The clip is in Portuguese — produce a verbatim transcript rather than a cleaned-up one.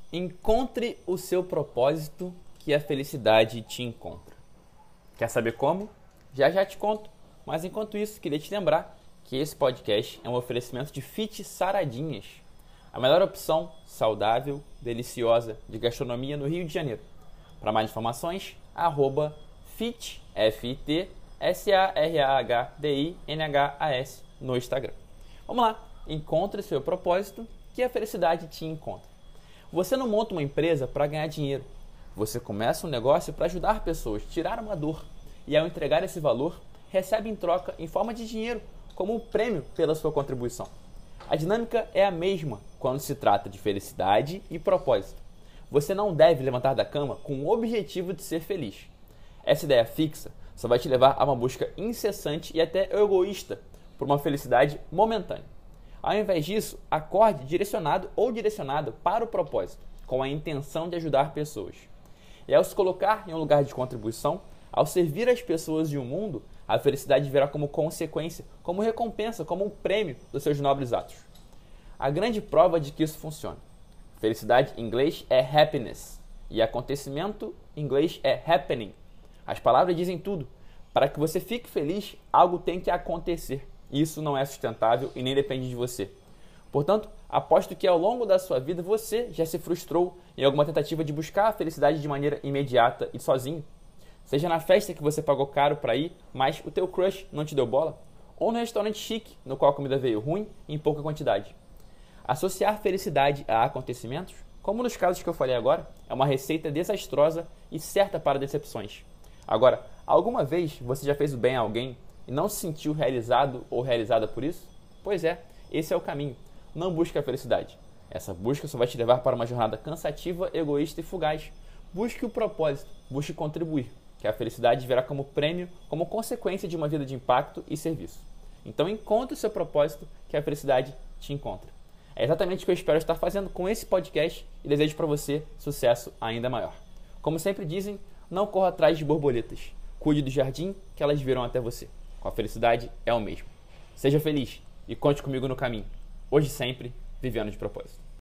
Encontre o seu propósito que a felicidade te encontra. Quer saber como? Já já te conto, mas enquanto isso, queria te lembrar que esse podcast é um oferecimento de Fit Saradinhas, a melhor opção saudável, deliciosa de gastronomia no Rio de Janeiro. Para mais informações, arroba fit, F I T, S A R A H D I N H A S no Instagram. Vamos lá, encontre seu propósito que a felicidade te encontra. Você não monta uma empresa para ganhar dinheiro. Você começa um negócio para ajudar pessoas, tirar uma dor. E ao entregar esse valor, recebe em troca em forma de dinheiro, como um prêmio pela sua contribuição. A dinâmica é a mesma quando se trata de felicidade e propósito. Você não deve levantar da cama com o objetivo de ser feliz. Essa ideia fixa só vai te levar a uma busca incessante e até egoísta por uma felicidade momentânea. Ao invés disso, acorde direcionado ou direcionado para o propósito, com a intenção de ajudar pessoas. E ao se colocar em um lugar de contribuição, ao servir as pessoas de um mundo, a felicidade virá como consequência, como recompensa, como um prêmio dos seus nobres atos. A grande prova de que isso funciona. Felicidade em inglês é happiness e acontecimento em inglês é happening. As palavras dizem tudo. Para que você fique feliz, algo tem que acontecer. Isso não é sustentável e nem depende de você. Portanto, aposto que ao longo da sua vida você já se frustrou em alguma tentativa de buscar a felicidade de maneira imediata e sozinho. Seja na festa que você pagou caro para ir, mas o teu crush não te deu bola, ou no restaurante chique, no qual a comida veio ruim e em pouca quantidade. Associar felicidade a acontecimentos, como nos casos que eu falei agora, é uma receita desastrosa e certa para decepções. Agora, alguma vez você já fez o bem a alguém e não se sentiu realizado ou realizada por isso? Pois é, esse é o caminho. Não busque a felicidade. Essa busca só vai te levar para uma jornada cansativa, egoísta e fugaz. Busque o propósito, busque contribuir, que a felicidade virá como prêmio, como consequência de uma vida de impacto e serviço. Então encontre o seu propósito, que a felicidade te encontra. É exatamente o que eu espero estar fazendo com esse podcast e desejo para você sucesso ainda maior. Como sempre dizem, não corra atrás de borboletas. Cuide do jardim que elas virão até você. Com a felicidade é o mesmo. Seja feliz e conte comigo no caminho. Hoje e sempre, vivendo de propósito.